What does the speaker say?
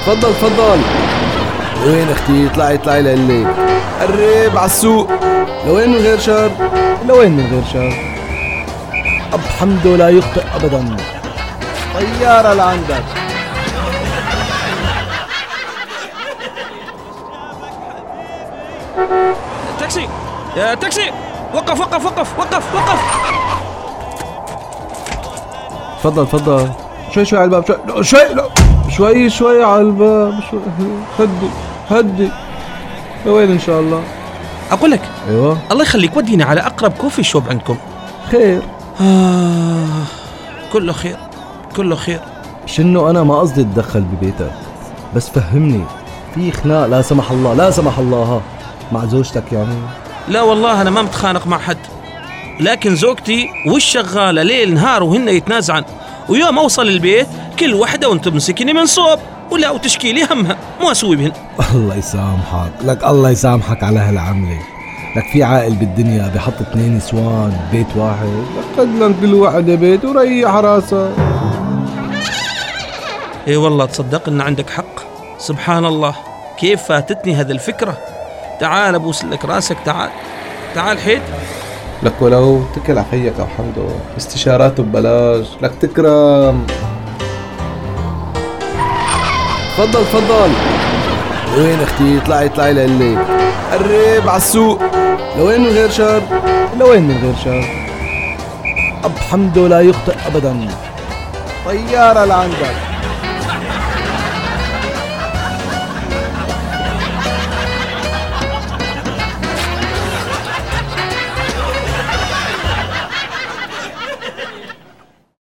تفضل تفضل. وين اختي؟ اطلعي لقلي. قرب عالسوق. لوين من غير شر؟ لوين من غير شر؟ أب حمده لا يخطئ أبدا. طيارة لعندك. تاكسي يا تاكسي، وقف وقف وقف وقف وقف. تفضل تفضل. شوي على الباب. شوي على الباب. هدي. لوين إن شاء الله؟ أقول لك أيوة. الله يخليك ودينا على أقرب كوفي شوب عندكم. خير. كله خير كله خير. شنو أنا ما قصدي أتدخل ببيتك، بس فهمني. في خناق لا سمح الله ها مع زوجتك يعني؟ لا والله أنا ما متخانق مع حد، لكن زوجتي وش شغالة ليل نهار وهن يتنازعن، ويوم أوصل البيت كل واحدة وانت تمسكني من صوب ولا وتشكيلي همها مو أسوي بهن. الله يسامحك. لك الله يسامحك على هالعملة. لك في عائل بالدنيا بحط 2 نسوان بيت واحد؟ خد لك كل واحدة بيت وريح راسك. اي والله تصدق ان عندك حق. سبحان الله كيف فاتتني هذه الفكرة. تعال ابوس لك راسك. تعال حيد. لك ولو تكل على خيك أو حمده، استشاراته ببلاش. لك تكرم. تفضل. وين اختي؟ اطلعي لقلي. قرب عالسوق. لوين من غير شر؟ لوين من غير شر؟ أب حمده لا يخطئ أبدا. طيارة لعندك.